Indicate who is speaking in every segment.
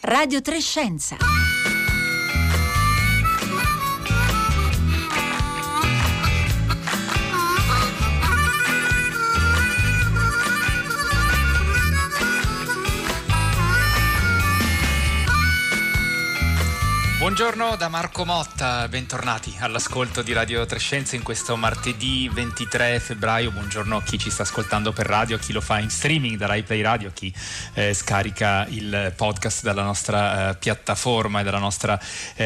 Speaker 1: Radio 3 Scienza.
Speaker 2: Buongiorno da Marco Motta, bentornati all'ascolto di Radio 3 Scienze in questo martedì 23 febbraio. Buongiorno a chi ci sta ascoltando per radio, a chi lo fa in streaming da Rai Play Radio, a chi scarica il podcast dalla nostra piattaforma e dalla nostra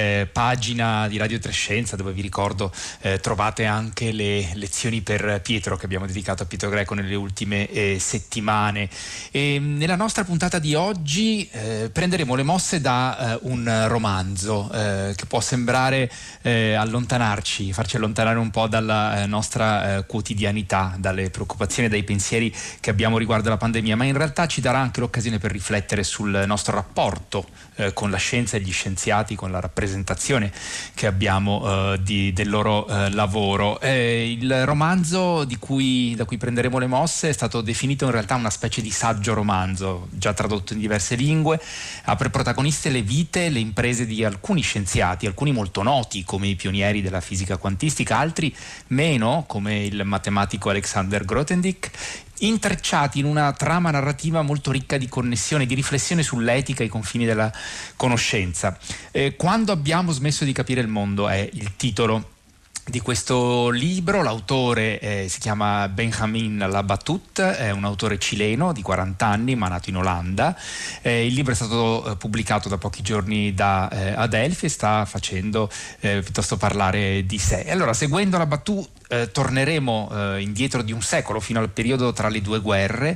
Speaker 2: pagina di Radio 3 Scienza, dove vi ricordo trovate anche le lezioni per Pietro che abbiamo dedicato a Pietro Greco nelle ultime settimane. E nella nostra puntata di oggi prenderemo le mosse da un romanzo che può sembrare allontanarci, farci allontanare un po' dalla nostra quotidianità, dalle preoccupazioni e dai pensieri che abbiamo riguardo alla pandemia, ma in realtà ci darà anche l'occasione per riflettere sul nostro rapporto con la scienza e gli scienziati, con la rappresentazione che abbiamo del loro lavoro. Il romanzo da cui prenderemo le mosse è stato definito in realtà una specie di saggio romanzo, già tradotto in diverse lingue, ha per protagoniste le vite e le imprese di alcuni scienziati, alcuni molto noti come i pionieri della fisica quantistica, altri meno come il matematico Alexander Grothendieck, intrecciati in una trama narrativa molto ricca di connessione, di riflessione sull'etica e i confini della conoscenza. Quando abbiamo smesso di capire il mondo è il titolo di questo libro. L'autore si chiama Benjamin Labatut, è un autore cileno di 40 anni ma nato in Olanda. Il libro è stato pubblicato da pochi giorni da Adelphi e sta facendo piuttosto parlare di sé. E allora, seguendo Labatut, torneremo indietro di un secolo fino al periodo tra le due guerre,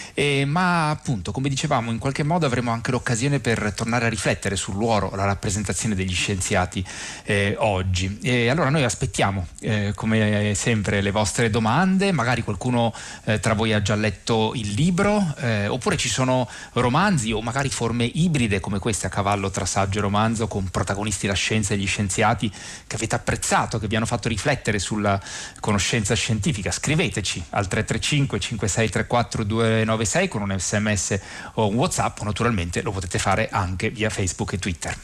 Speaker 2: ma appunto, come dicevamo, in qualche modo avremo anche l'occasione per tornare a riflettere sul ruolo, la rappresentazione degli scienziati oggi. E allora noi aspettiamo come sempre le vostre domande, magari qualcuno tra voi ha già letto il libro, oppure ci sono romanzi o magari forme ibride come queste, a cavallo tra saggio e romanzo, con protagonisti la scienza e gli scienziati, che avete apprezzato, che vi hanno fatto riflettere sulla conoscenza scientifica. Scriveteci al 335 5634 296 con un SMS o un WhatsApp, o naturalmente lo potete fare anche via Facebook e Twitter.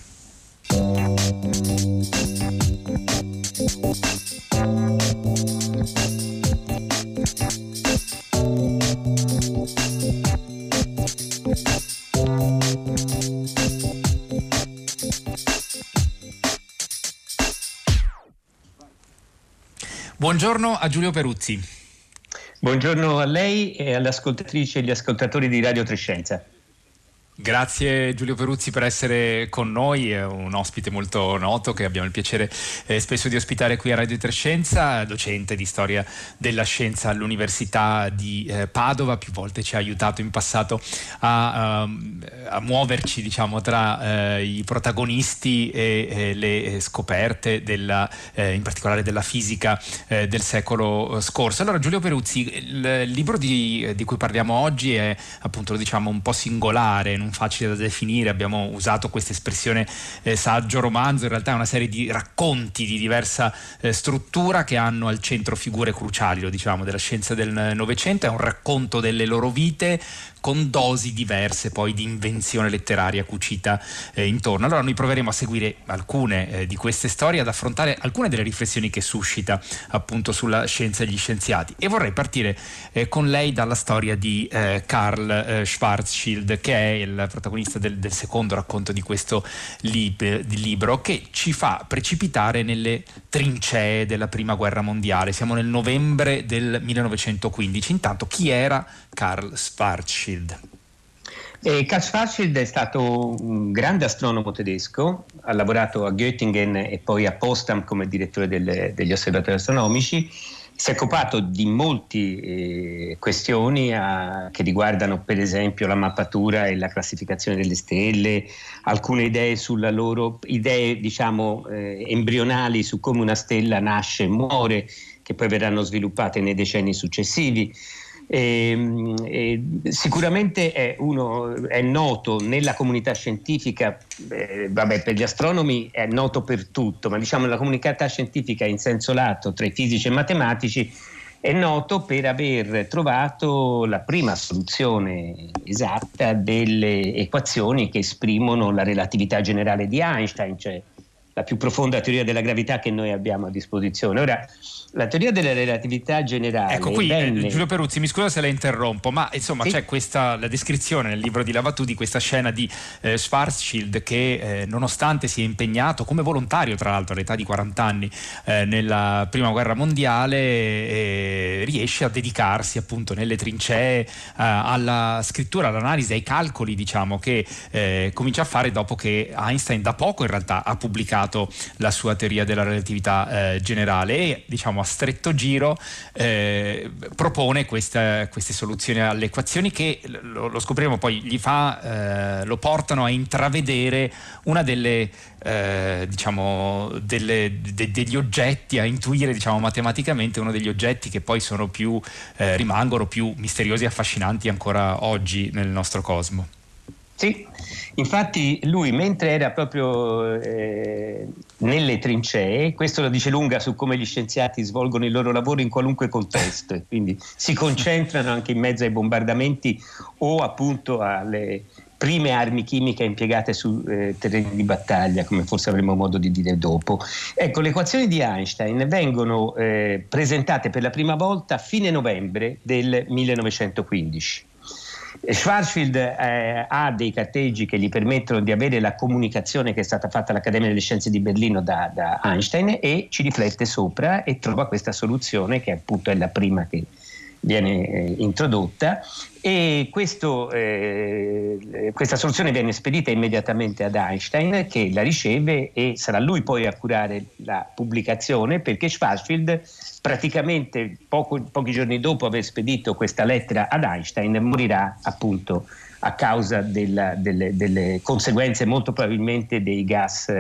Speaker 2: Buongiorno a Giulio Peruzzi.
Speaker 3: Buongiorno a lei e alle ascoltatrici e agli ascoltatori di Radio 3 Scienza.
Speaker 2: Grazie Giulio Peruzzi per essere con noi, è un ospite molto noto che abbiamo il piacere spesso di ospitare qui a Radio 3 Scienza, docente di storia della scienza all'Università di Padova, più volte ci ha aiutato in passato a muoverci, diciamo, tra i protagonisti e le scoperte in particolare della fisica del secolo scorso. Allora, Giulio Peruzzi, il libro di cui parliamo oggi è, appunto, lo diciamo, un po' singolare, non facile da definire. Abbiamo usato questa espressione saggio romanzo, in realtà è una serie di racconti di diversa struttura che hanno al centro figure cruciali, lo diciamo, della scienza del Novecento. È un racconto delle loro vite con dosi diverse poi di invenzione letteraria cucita intorno. Allora noi proveremo a seguire alcune di queste storie, ad affrontare alcune delle riflessioni che suscita appunto sulla scienza e gli scienziati, e vorrei partire con lei dalla storia di Karl Schwarzschild, che è il protagonista del secondo racconto di questo libro, che ci fa precipitare nelle trincee della Prima Guerra Mondiale. Siamo nel novembre del 1915. Intanto, chi era Karl Schwarzschild?
Speaker 3: Karl Schwarzschild è stato un grande astronomo tedesco, ha lavorato a Göttingen e poi a Potsdam come direttore degli osservatori astronomici. Si è occupato di molte questioni che riguardano per esempio la mappatura e la classificazione delle stelle, alcune idee sulla loro diciamo embrionali su come una stella nasce e muore, che poi verranno sviluppate nei decenni successivi. Sicuramente è noto nella comunità scientifica, per gli astronomi è noto per tutto, ma diciamo nella comunità scientifica in senso lato, tra i fisici e i matematici, è noto per aver trovato la prima soluzione esatta delle equazioni che esprimono la relatività generale di Einstein, cioè la più profonda teoria della gravità che noi abbiamo a disposizione. Ora, la teoria della relatività generale.
Speaker 2: Ecco qui, Giulio Peruzzi, mi scusa se la interrompo, ma insomma
Speaker 3: sì?
Speaker 2: C'è la descrizione nel libro di Lavatù di questa scena di Schwarzschild che nonostante sia impegnato come volontario, tra l'altro all'età di 40 anni, nella prima guerra mondiale, riesce a dedicarsi appunto nelle trincee alla scrittura, all'analisi, ai calcoli, diciamo, che comincia a fare dopo che Einstein da poco in realtà ha pubblicato la sua teoria della relatività generale e, diciamo, a stretto giro propone queste soluzioni alle equazioni che lo scopriremo poi lo portano a intravedere una degli oggetti, a intuire, diciamo, matematicamente uno degli oggetti che poi rimangono più misteriosi e affascinanti ancora oggi nel nostro cosmo.
Speaker 3: Sì, infatti lui, mentre era proprio nelle trincee, questo lo dice lunga su come gli scienziati svolgono il loro lavoro in qualunque contesto, e quindi si concentrano anche in mezzo ai bombardamenti o appunto alle prime armi chimiche impiegate su terreni di battaglia, come forse avremo modo di dire dopo. Ecco, le equazioni di Einstein vengono presentate per la prima volta a fine novembre del 1915. Schwarzschild ha dei carteggi che gli permettono di avere la comunicazione che è stata fatta all'Accademia delle Scienze di Berlino da Einstein, e ci riflette sopra e trova questa soluzione che appunto è la prima che viene introdotta, e questa soluzione viene spedita immediatamente ad Einstein, che la riceve, e sarà lui poi a curare la pubblicazione, perché Schwarzschild praticamente pochi giorni dopo aver spedito questa lettera ad Einstein morirà appunto a causa delle conseguenze molto probabilmente dei gas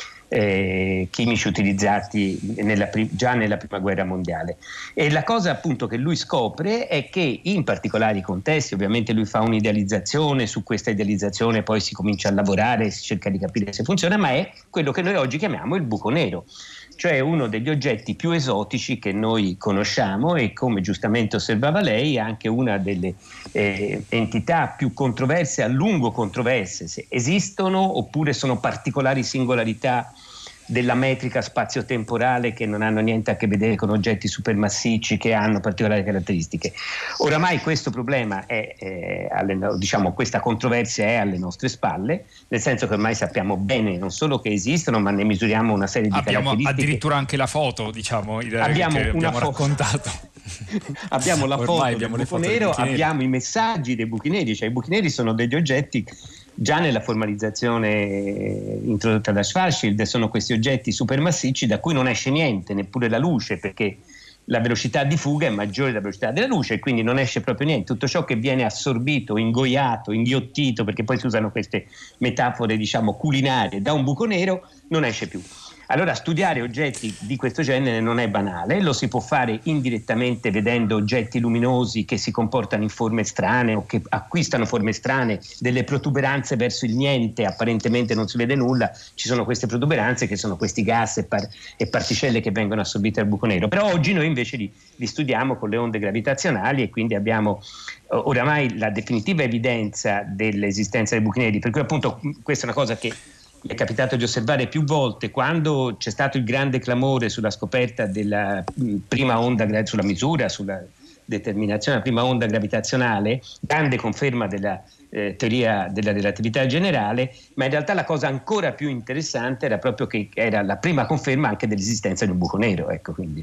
Speaker 3: chimici utilizzati già nella prima guerra mondiale. E la cosa appunto che lui scopre è che in particolari contesti, ovviamente lui fa un'idealizzazione, su questa idealizzazione poi si comincia a lavorare, si cerca di capire se funziona, ma è quello che noi oggi chiamiamo il buco nero, cioè uno degli oggetti più esotici che noi conosciamo, e come giustamente osservava lei anche una delle entità più controverse, a lungo controverse, se esistono oppure sono particolari singolarità della metrica spazio-temporale che non hanno niente a che vedere con oggetti supermassicci che hanno particolari caratteristiche. Oramai questo problema questa controversia è alle nostre spalle, nel senso che ormai sappiamo bene non solo che esistono, ma ne misuriamo una serie di caratteristiche.
Speaker 2: Abbiamo addirittura anche la foto, diciamo,
Speaker 3: abbiamo
Speaker 2: raccontato.
Speaker 3: Abbiamo la foto del buco nero, abbiamo i messaggi dei buchi neri, cioè i buchi neri sono degli oggetti già nella formalizzazione introdotta da Schwarzschild, sono questi oggetti supermassicci da cui non esce niente, neppure la luce, perché la velocità di fuga è maggiore della velocità della luce e quindi non esce proprio niente. Tutto ciò che viene assorbito, ingoiato, inghiottito, perché poi si usano queste metafore, diciamo, culinarie, da un buco nero non esce più. Allora, studiare oggetti di questo genere non è banale, lo si può fare indirettamente vedendo oggetti luminosi che si comportano in forme strane o che acquistano forme strane, delle protuberanze verso il niente, apparentemente non si vede nulla, ci sono queste protuberanze che sono questi gas e particelle che vengono assorbite dal buco nero. Però oggi noi invece li studiamo con le onde gravitazionali e quindi abbiamo oramai la definitiva evidenza dell'esistenza dei buchi neri, per cui appunto questa è una cosa che mi è capitato di osservare più volte quando c'è stato il grande clamore sulla scoperta della prima onda, sulla misura, sulla determinazione della prima onda gravitazionale, grande conferma della teoria della relatività generale, ma in realtà la cosa ancora più interessante era proprio che era la prima conferma anche dell'esistenza di un buco nero, ecco, quindi.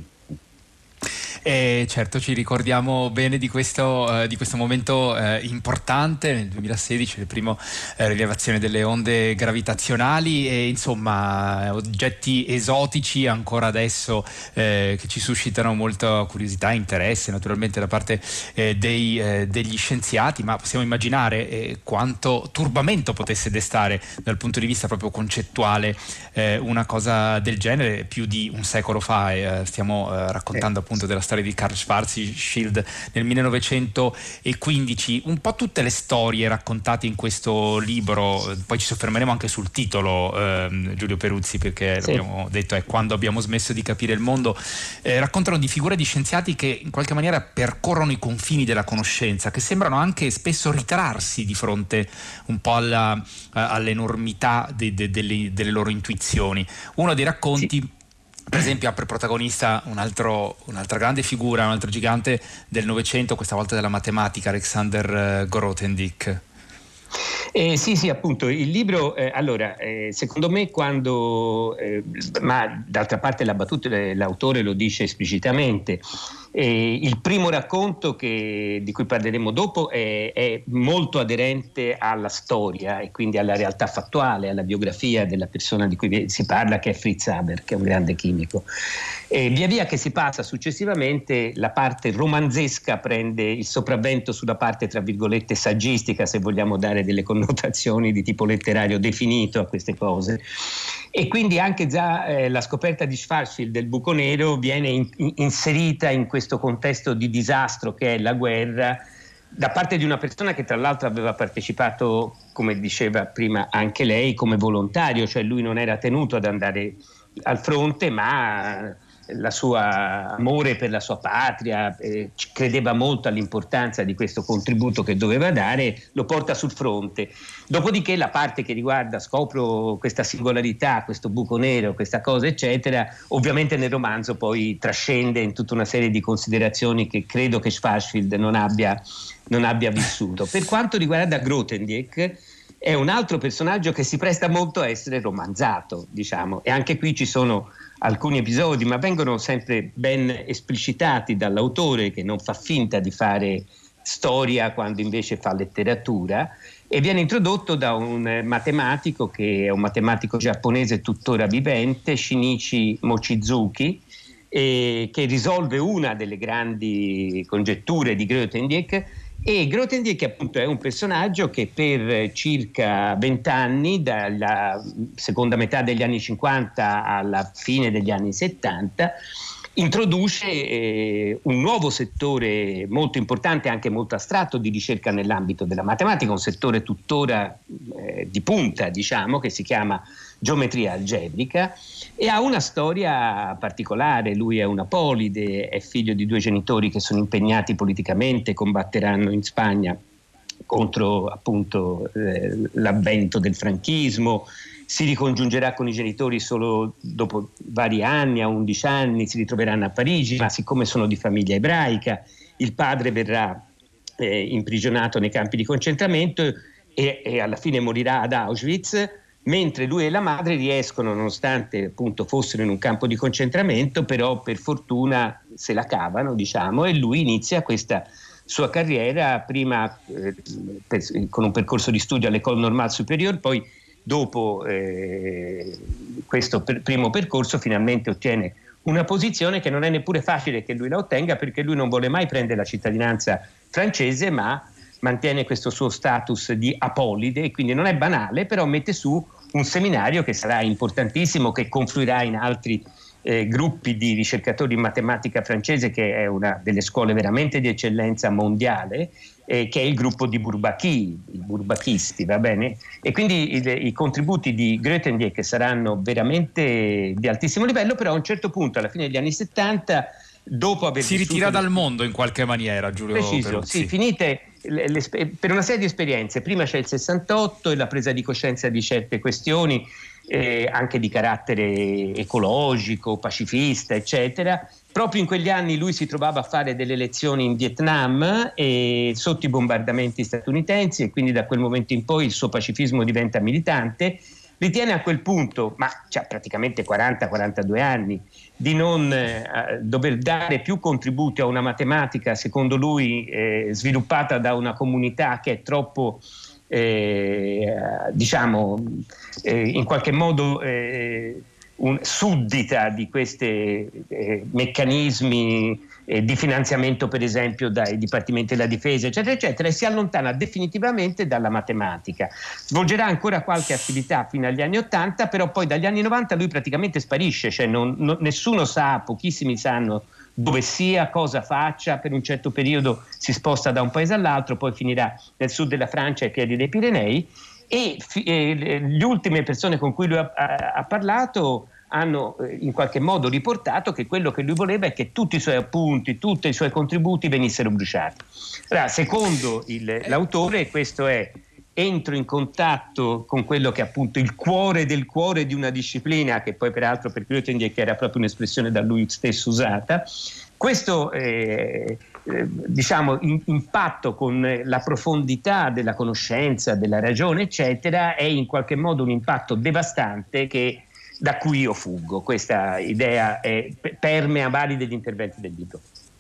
Speaker 2: Certo, ci ricordiamo bene di questo momento importante nel 2016, la prima rilevazione delle onde gravitazionali e insomma oggetti esotici ancora adesso che ci suscitano molta curiosità e interesse naturalmente da parte degli scienziati, ma possiamo immaginare quanto turbamento potesse destare dal punto di vista proprio concettuale una cosa del genere più di un secolo fa, stiamo raccontando appunto della storia storia di Karl Schwarzschild nel 1915, un po' tutte le storie raccontate in questo libro, poi ci soffermeremo anche sul titolo, Giulio Peruzzi, perché
Speaker 3: Sì.
Speaker 2: l'abbiamo detto, è Quando abbiamo smesso di capire il mondo, raccontano di figure di scienziati che in qualche maniera percorrono i confini della conoscenza, che sembrano anche spesso ritrarsi di fronte un po' all'enormità delle loro intuizioni. Uno dei racconti,
Speaker 3: Sì.
Speaker 2: per esempio, ha per protagonista un'altra grande figura, un altro gigante del Novecento, questa volta della matematica, Alexander Grothendieck.
Speaker 3: Sì, appunto, il libro, secondo me ma d'altra parte la battuta l'autore lo dice esplicitamente, il primo racconto di cui parleremo dopo è molto aderente alla storia e quindi alla realtà fattuale, alla biografia della persona di cui si parla, che è Fritz Haber, che è un grande chimico. E via via che si passa successivamente, la parte romanzesca prende il sopravvento sulla parte, tra virgolette, saggistica, se vogliamo dare delle connotazioni di tipo letterario definito a queste cose. E quindi anche già la scoperta di Schwarzschild del buco nero viene inserita in questo contesto di disastro che è la guerra, da parte di una persona che tra l'altro aveva partecipato, come diceva prima anche lei, come volontario, cioè lui non era tenuto ad andare al fronte, ma la sua amore per la sua patria, credeva molto all'importanza di questo contributo che doveva dare, lo porta sul fronte. Dopodiché la parte che riguarda scopro questa singolarità, questo buco nero, questa cosa eccetera, ovviamente nel romanzo poi trascende in tutta una serie di considerazioni che credo che Schwarzschild non abbia vissuto. Per quanto riguarda Grothendieck, è un altro personaggio che si presta molto a essere romanzato, diciamo, e anche qui ci sono alcuni episodi, ma vengono sempre ben esplicitati dall'autore, che non fa finta di fare storia quando invece fa letteratura, e viene introdotto da un matematico che è un matematico giapponese tuttora vivente, Shinichi Mochizuki, che risolve una delle grandi congetture di Grothendieck. E Grothendieck appunto è un personaggio che per circa 20 anni, dalla seconda metà degli anni 50 alla fine degli anni 70, introduce un nuovo settore molto importante, anche molto astratto, di ricerca nell'ambito della matematica, un settore tuttora di punta, diciamo, che si chiama geometria algebrica, e ha una storia particolare. Lui è un apolide, è figlio di due genitori che sono impegnati politicamente, combatteranno in Spagna contro appunto l'avvento del franchismo, si ricongiungerà con i genitori solo dopo vari anni, a 11 anni, si ritroveranno a Parigi, ma siccome sono di famiglia ebraica, il padre verrà imprigionato nei campi di concentramento e alla fine morirà ad Auschwitz, mentre lui e la madre riescono, nonostante appunto fossero in un campo di concentramento, però per fortuna se la cavano, diciamo, e lui inizia questa sua carriera prima con un percorso di studio all'École Normale Supérieure, poi dopo questo primo percorso finalmente ottiene una posizione che non è neppure facile che lui la ottenga, perché lui non vuole mai prendere la cittadinanza francese, ma mantiene questo suo status di apolide, e quindi non è banale, però mette su un seminario che sarà importantissimo, che confluirà in altri gruppi di ricercatori in matematica francese, che è una delle scuole veramente di eccellenza mondiale, che è il gruppo di Bourbaki, i bourbachisti, va bene? E quindi i contributi di Grothendieck saranno veramente di altissimo livello, però a un certo punto, alla fine degli anni 70, dopo aver
Speaker 2: si ritira dal mondo in qualche maniera, Giulio
Speaker 3: preciso,
Speaker 2: Peruzzi.
Speaker 3: sì, finite per una serie di esperienze. Prima c'è il 68 e la presa di coscienza di certe questioni, anche di carattere ecologico, pacifista, eccetera. Proprio in quegli anni lui si trovava a fare delle lezioni in Vietnam sotto i bombardamenti statunitensi, e quindi da quel momento in poi il suo pacifismo diventa militante. Ritiene a quel punto, ma c'ha praticamente 40-42 anni, di non dover dare più contributi a una matematica, secondo lui, sviluppata da una comunità che è troppo, diciamo, in qualche modo suddita di questi meccanismi di finanziamento, per esempio dai dipartimenti della difesa, eccetera, eccetera, e si allontana definitivamente dalla matematica. Svolgerà ancora qualche attività fino agli anni 80, però poi dagli anni 90 lui praticamente sparisce, cioè nessuno sa, pochissimi sanno dove sia, cosa faccia, per un certo periodo si sposta da un paese all'altro, poi finirà nel sud della Francia ai piedi dei Pirenei, e le ultime persone con cui lui ha parlato hanno in qualche modo riportato che quello che lui voleva è che tutti i suoi appunti, tutti i suoi contributi venissero bruciati. Allora, secondo l'autore, questo è: entro in contatto con quello che è appunto il cuore del cuore di una disciplina, che poi peraltro per Grothendieck era proprio un'espressione da lui stesso usata. Questo diciamo impatto con la profondità della conoscenza, della ragione, eccetera, è in qualche modo un impatto devastante da cui io fuggo. Questa idea permea vari degli interventi del libro.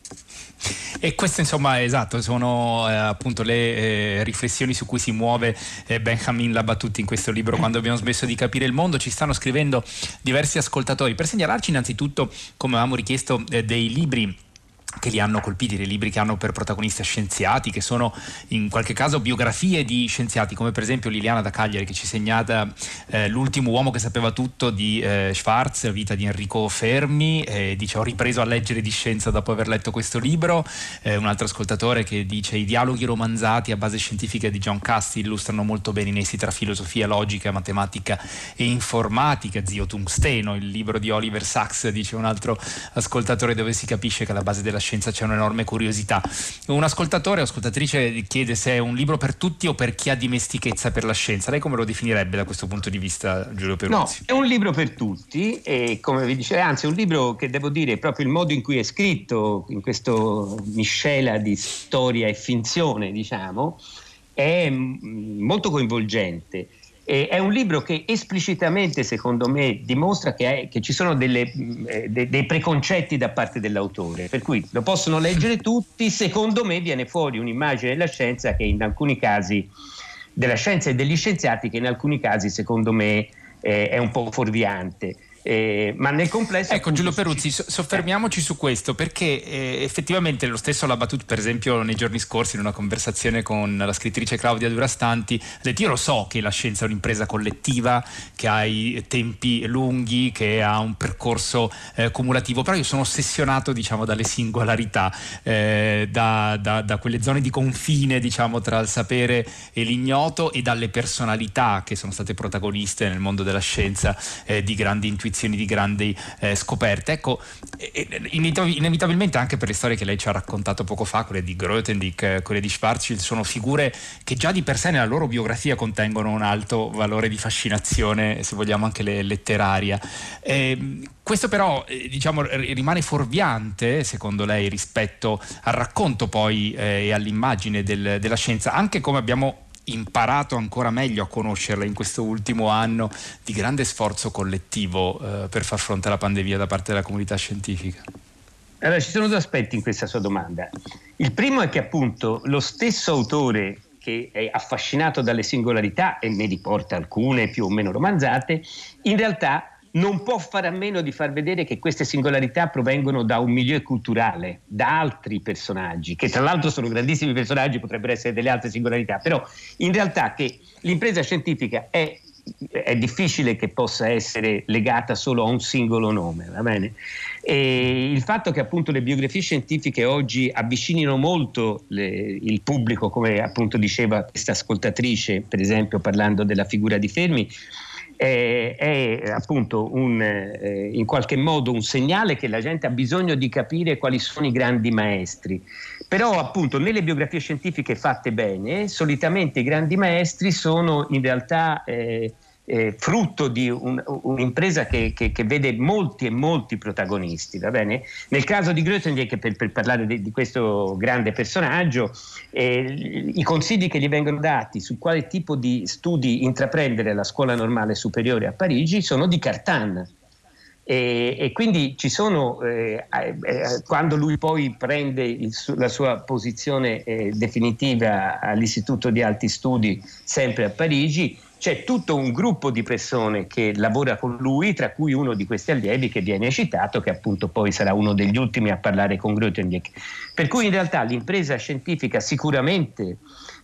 Speaker 2: E queste, insomma, esatto, sono appunto le riflessioni su cui si muove Benjamin Labatut in questo libro, Quando abbiamo smesso di capire il mondo. Ci stanno scrivendo diversi ascoltatori per segnalarci innanzitutto, come avevamo richiesto, dei libri che li hanno colpiti, dei libri che hanno per protagonista scienziati, che sono in qualche caso biografie di scienziati, come per esempio Liliana da Cagliari, che ci segnala L'ultimo uomo che sapeva tutto di Schwartz, vita di Enrico Fermi, dice: ho ripreso a leggere di scienza dopo aver letto questo libro. Un altro ascoltatore che dice: i dialoghi romanzati a base scientifica di John Casti illustrano molto bene i nessi tra filosofia, logica, matematica e informatica. Zio Tungsteno, il libro di Oliver Sacks, dice un altro ascoltatore, dove si capisce che alla base della scienza c'è un'enorme curiosità. Un ascoltatore o ascoltatrice chiede se è un libro per tutti o per chi ha dimestichezza per la scienza. Lei come lo definirebbe da questo punto di vista, Giulio Peruzzi?
Speaker 3: No, è un libro per tutti, e come vi dicevo, anzi è un libro che, devo dire, proprio il modo in cui è scritto, in questo miscela di storia e finzione, diciamo, è molto coinvolgente. È un libro che esplicitamente, secondo me, dimostra che ci sono dei preconcetti da parte dell'autore, per cui lo possono leggere tutti. Secondo me viene fuori un'immagine della scienza che in alcuni casi, della scienza e degli scienziati, che in alcuni casi secondo me è un po' fuorviante. Ma nel complesso,
Speaker 2: ecco, Giulio Peruzzi, soffermiamoci su questo, perché effettivamente lo stesso Labatut, per esempio, nei giorni scorsi in una conversazione con la scrittrice Claudia Durastanti, ha detto: io lo so che la scienza è un'impresa collettiva, che ha i tempi lunghi, che ha un percorso cumulativo, però io sono ossessionato, diciamo, dalle singolarità, da quelle zone di confine, diciamo, tra il sapere e l'ignoto, e dalle personalità che sono state protagoniste nel mondo della scienza di grandi intuizioni, di grandi scoperte. Ecco, inevitabilmente anche per le storie che lei ci ha raccontato poco fa, quelle di Grothendieck, quelle di Schwarzschild, sono figure che già di per sé nella loro biografia contengono un alto valore di fascinazione, se vogliamo anche letteraria. Questo però diciamo rimane fuorviante, secondo lei, rispetto al racconto poi e all'immagine della scienza, anche come abbiamo imparato ancora meglio a conoscerla in questo ultimo anno di grande sforzo collettivo per far fronte alla pandemia da parte della comunità scientifica?
Speaker 3: Allora, ci sono due aspetti in questa sua domanda. Il primo è che appunto lo stesso autore, che è affascinato dalle singolarità e ne riporta alcune più o meno romanzate, in realtà non può fare a meno di far vedere che queste singolarità provengono da un milieu culturale, da altri personaggi, che tra l'altro sono grandissimi personaggi, potrebbero essere delle altre singolarità, però in realtà che l'impresa scientifica è difficile che possa essere legata solo a un singolo nome, va bene? E il fatto che appunto le biografie scientifiche oggi avvicinino molto il pubblico, come appunto diceva questa ascoltatrice, per esempio parlando della figura di Fermi, è appunto in qualche modo un segnale che la gente ha bisogno di capire quali sono i grandi maestri. Però appunto nelle biografie scientifiche fatte bene, solitamente i grandi maestri sono in realtà frutto di un'impresa che vede molti e molti protagonisti, va bene? Nel caso di Grothendieck, per parlare di questo grande personaggio, i consigli che gli vengono dati su quale tipo di studi intraprendere alla scuola normale superiore a Parigi sono di Cartan. E quindi ci sono, quando lui poi prende la sua posizione definitiva all'Istituto di Alti Studi sempre a Parigi, c'è tutto un gruppo di persone che lavora con lui, tra cui uno di questi allievi che viene citato, che appunto poi sarà uno degli ultimi a parlare con Grothendieck. Per cui in realtà l'impresa scientifica sicuramente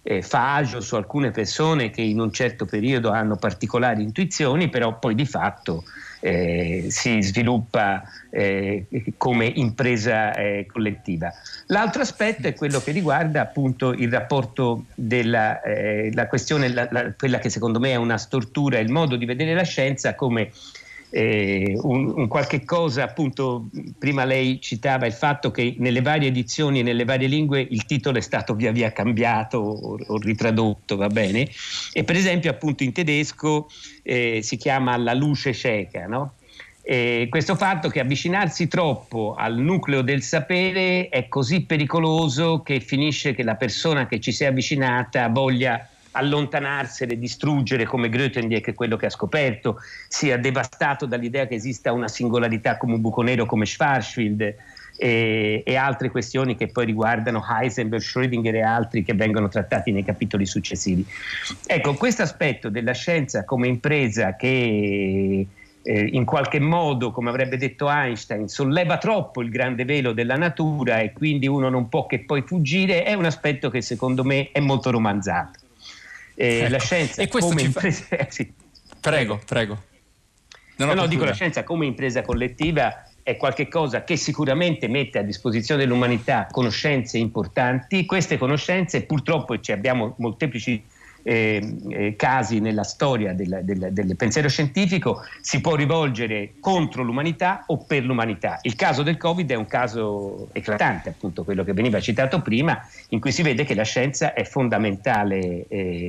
Speaker 3: fa agio su alcune persone che in un certo periodo hanno particolari intuizioni, però poi di fatto si sviluppa come impresa collettiva. L'altro aspetto è quello che riguarda appunto il rapporto della la questione, quella che secondo me è una stortura, il modo di vedere la scienza come un qualche cosa. Appunto, prima lei citava il fatto che nelle varie edizioni e nelle varie lingue il titolo è stato via via cambiato o ritradotto, va bene? E per esempio appunto in tedesco si chiama La luce cieca, no? Questo fatto che avvicinarsi troppo al nucleo del sapere è così pericoloso che finisce che la persona che ci si è avvicinata voglia allontanarsene, distruggere, come Grothendieck, che è quello che ha scoperto, sia devastato dall'idea che esista una singolarità come un buco nero come Schwarzschild, e altre questioni che poi riguardano Heisenberg, Schrödinger e altri che vengono trattati nei capitoli successivi. Ecco, questo aspetto della scienza come impresa che in qualche modo, come avrebbe detto Einstein, solleva troppo il grande velo della natura e quindi uno non può che poi fuggire, è un aspetto che secondo me è molto romanzato.
Speaker 2: Ecco.
Speaker 3: La scienza come impresa sì.
Speaker 2: Prego.
Speaker 3: Dico, la scienza come impresa collettiva è qualcosa che sicuramente mette a disposizione dell'umanità conoscenze importanti. Queste conoscenze purtroppo ci abbiamo molteplici casi nella storia del pensiero scientifico, si può rivolgere contro l'umanità o per l'umanità. Il caso del Covid è un caso eclatante, appunto quello che veniva citato prima, in cui si vede che la scienza è fondamentale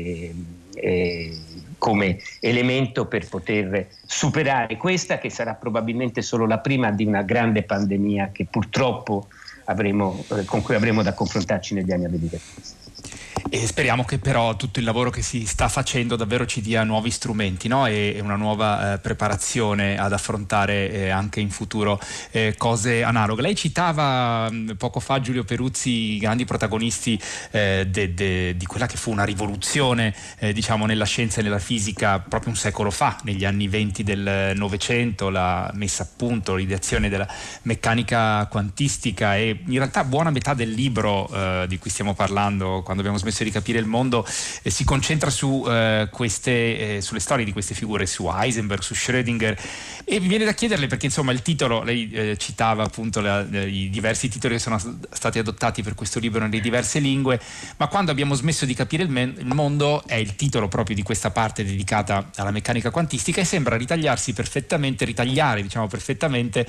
Speaker 3: come elemento per poter superare questa che sarà probabilmente solo la prima di una grande pandemia che purtroppo con cui avremo da confrontarci negli anni a venire.
Speaker 2: E speriamo che però tutto il lavoro che si sta facendo davvero ci dia nuovi strumenti, no? e una nuova preparazione ad affrontare anche in futuro cose analoghe. Lei citava poco fa Giulio Peruzzi, i grandi protagonisti di quella che fu una rivoluzione diciamo nella scienza e nella fisica proprio un secolo fa, negli anni 20 del Novecento, la messa a punto, l'ideazione della meccanica quantistica, e in realtà buona metà del libro di cui stiamo parlando, quando abbiamo smesso di capire il mondo, si concentra su sulle storie di queste figure, su Heisenberg, su Schrödinger, e mi viene da chiederle, perché insomma il titolo, lei citava appunto i diversi titoli che sono stati adottati per questo libro nelle diverse lingue, ma quando abbiamo smesso di capire il mondo è il titolo proprio di questa parte dedicata alla meccanica quantistica, e sembra ritagliare perfettamente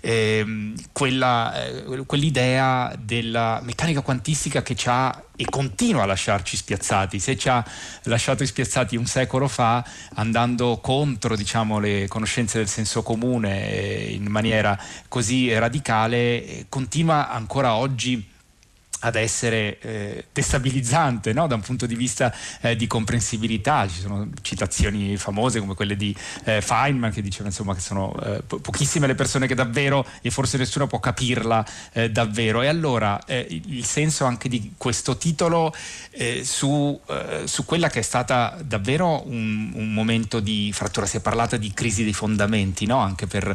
Speaker 2: quell'idea della meccanica quantistica che ci ha e continua a lasciarci spiazzati. Se ci ha lasciato spiazzati un secolo fa, andando contro, diciamo, le conoscenze del senso comune in maniera così radicale, continua ancora oggi ad essere destabilizzante, no? Da un punto di vista di comprensibilità. Ci sono citazioni famose come quelle di Feynman, che diceva insomma che sono pochissime le persone che davvero, e forse nessuno può capirla davvero. E allora il senso anche di questo titolo su quella che è stata davvero un momento di frattura. Si è parlato di crisi dei fondamenti, no? Anche per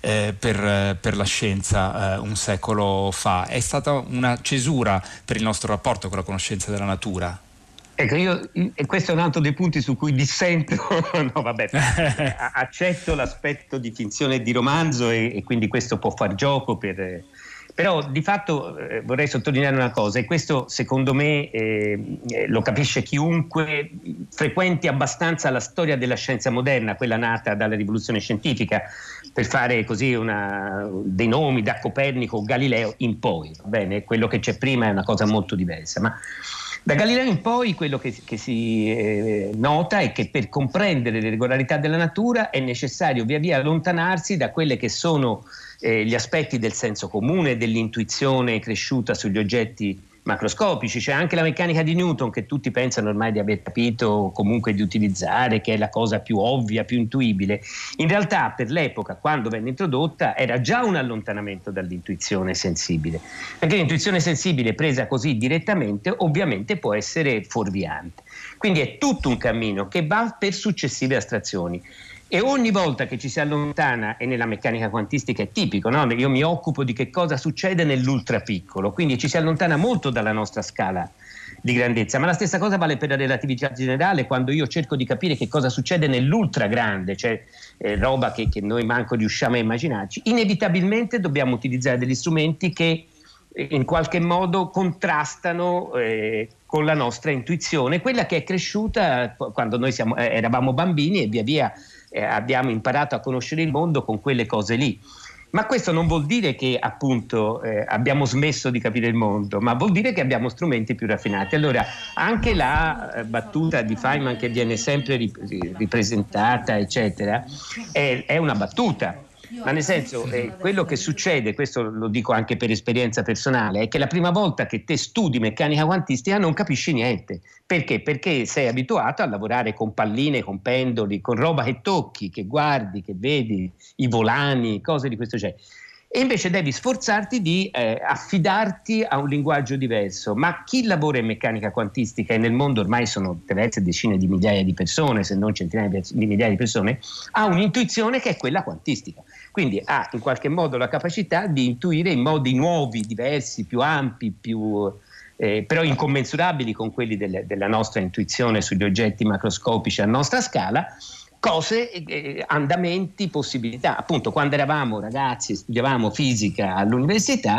Speaker 2: la scienza un secolo fa. È stata una cesura per il nostro rapporto con la conoscenza della natura.
Speaker 3: Ecco, e questo è un altro dei punti su cui dissento. No, vabbè, accetto l'aspetto di finzione e di romanzo, e quindi questo può far gioco però di fatto vorrei sottolineare una cosa, e questo secondo me lo capisce chiunque frequenti abbastanza la storia della scienza moderna, quella nata dalla rivoluzione scientifica, per fare così dei nomi, da Copernico o Galileo in poi, va bene? Quello che c'è prima è una cosa molto diversa, ma da Galileo in poi quello che si nota è che per comprendere le regolarità della natura è necessario via via allontanarsi da quelle che sono gli aspetti del senso comune, dell'intuizione cresciuta sugli oggetti macroscopici. C'è anche la meccanica di Newton, che tutti pensano ormai di aver capito o comunque di utilizzare, che è la cosa più ovvia, più intuibile. In realtà per l'epoca, quando venne introdotta, era già un allontanamento dall'intuizione sensibile, perché l'intuizione sensibile presa così direttamente ovviamente può essere fuorviante. Quindi è tutto un cammino che va per successive astrazioni. E ogni volta che ci si allontana, e nella meccanica quantistica è tipico, no? Io mi occupo di che cosa succede nell'ultrapiccolo, quindi ci si allontana molto dalla nostra scala di grandezza. Ma la stessa cosa vale per la relatività generale, quando io cerco di capire che cosa succede nell'ultra grande, cioè roba che noi manco riusciamo a immaginarci. Inevitabilmente dobbiamo utilizzare degli strumenti che in qualche modo contrastano con la nostra intuizione, quella che è cresciuta quando noi eravamo bambini e via via abbiamo imparato a conoscere il mondo con quelle cose lì. Ma questo non vuol dire che appunto abbiamo smesso di capire il mondo, ma vuol dire che abbiamo strumenti più raffinati. Allora anche la battuta di Feynman, che viene sempre ripresentata eccetera, è una battuta. Ma nel senso, quello che succede, questo lo dico anche per esperienza personale, è che la prima volta che te studi meccanica quantistica non capisci niente. Perché? Perché sei abituato a lavorare con palline, con pendoli, con roba che tocchi, che guardi, che vedi, i volani, cose di questo genere. E invece devi sforzarti di affidarti a un linguaggio diverso. Ma chi lavora in meccanica quantistica, e nel mondo ormai sono diverse decine di migliaia di persone, se non centinaia di migliaia di persone, ha un'intuizione che è quella quantistica. Quindi ha in qualche modo la capacità di intuire in modi nuovi, diversi, più ampi, però incommensurabili con quelli della nostra intuizione sugli oggetti macroscopici a nostra scala, cose, andamenti, possibilità. Appunto, quando eravamo ragazzi e studiavamo fisica all'università,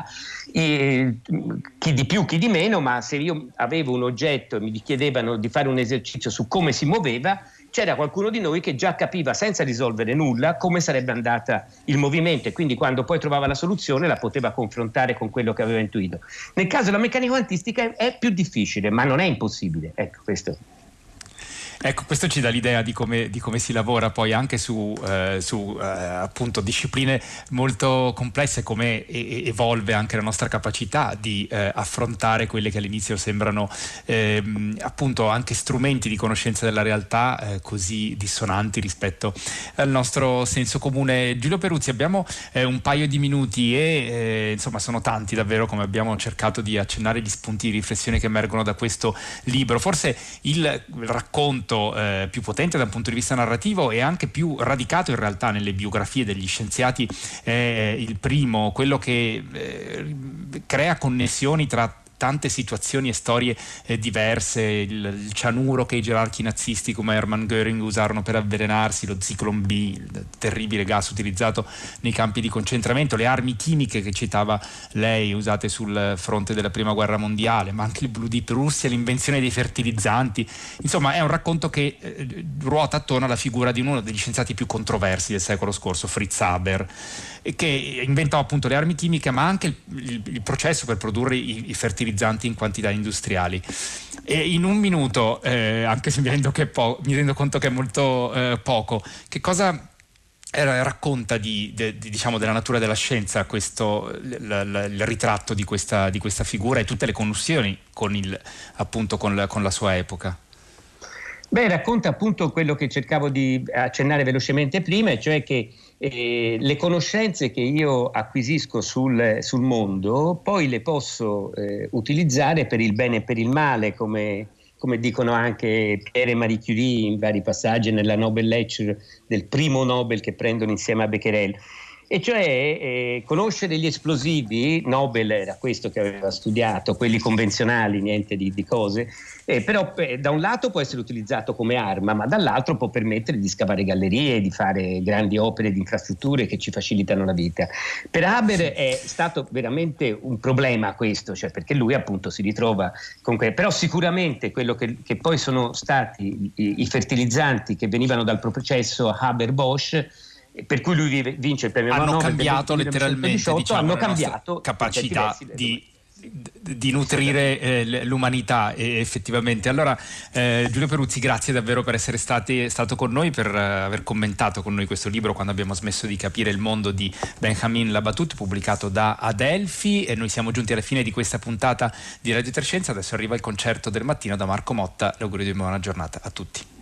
Speaker 3: chi di più, chi di meno, ma se io avevo un oggetto e mi chiedevano di fare un esercizio su come si muoveva, c'era qualcuno di noi che già capiva senza risolvere nulla come sarebbe andata il movimento, e quindi quando poi trovava la soluzione la poteva confrontare con quello che aveva intuito. Nel caso della meccanica quantistica è più difficile, ma non è impossibile. Ecco, questo.
Speaker 2: Ecco, questo ci dà l'idea di come si lavora poi anche su appunto discipline molto complesse, come evolve anche la nostra capacità di affrontare quelle che all'inizio sembrano appunto anche strumenti di conoscenza della realtà così dissonanti rispetto al nostro senso comune. Giulio Peruzzi, abbiamo un paio di minuti e insomma sono tanti davvero, come abbiamo cercato di accennare, gli spunti di riflessione che emergono da questo libro. Forse il racconto più potente da un punto di vista narrativo e anche più radicato in realtà nelle biografie degli scienziati è il primo, quello che crea connessioni tra tante situazioni e storie diverse, il cianuro che i gerarchi nazisti come Hermann Göring usarono per avvelenarsi, lo Zyklon B, il terribile gas utilizzato nei campi di concentramento, le armi chimiche che citava lei usate sul fronte della prima guerra mondiale, ma anche il Blue Deep Russia, l'invenzione dei fertilizzanti. Insomma, è un racconto che ruota attorno alla figura di uno degli scienziati più controversi del secolo scorso, Fritz Haber, che inventò appunto le armi chimiche, ma anche il processo per produrre i fertilizzanti in quantità industriali. E in un minuto, anche se mi rendo conto che è molto poco, che cosa racconta diciamo della natura della scienza il ritratto di questa figura e tutte le connessioni con la sua epoca?
Speaker 3: Beh, racconta appunto quello che cercavo di accennare velocemente prima, e cioè che le conoscenze che io acquisisco sul mondo poi le posso utilizzare per il bene e per il male, come dicono anche Pierre e Marie Curie in vari passaggi nella Nobel Lecture del primo Nobel che prendono insieme a Becquerel. E cioè conoscere gli esplosivi, Nobel era questo che aveva studiato, quelli convenzionali, niente di cose, però da un lato può essere utilizzato come arma, ma dall'altro può permettere di scavare gallerie, di fare grandi opere di infrastrutture che ci facilitano la vita. Per Haber è stato veramente un problema questo, cioè perché lui appunto si ritrova con però sicuramente quello che poi sono stati i fertilizzanti che venivano dal processo Haber-Bosch, per cui lui vince il premio Nobel.
Speaker 2: Hanno cambiato letteralmente, diciamo,
Speaker 3: hanno cambiato
Speaker 2: capacità di nutrire l'umanità, effettivamente. Allora Giulio Peruzzi, grazie davvero per essere stato con noi, per aver commentato con noi questo libro Quando abbiamo smesso di capire il mondo di Benjamin Labatut, pubblicato da Adelphi. E noi siamo giunti alla fine di questa puntata di Radio Trescenza. Adesso arriva il concerto del mattino da Marco Motta. L'augurio di buona giornata a tutti.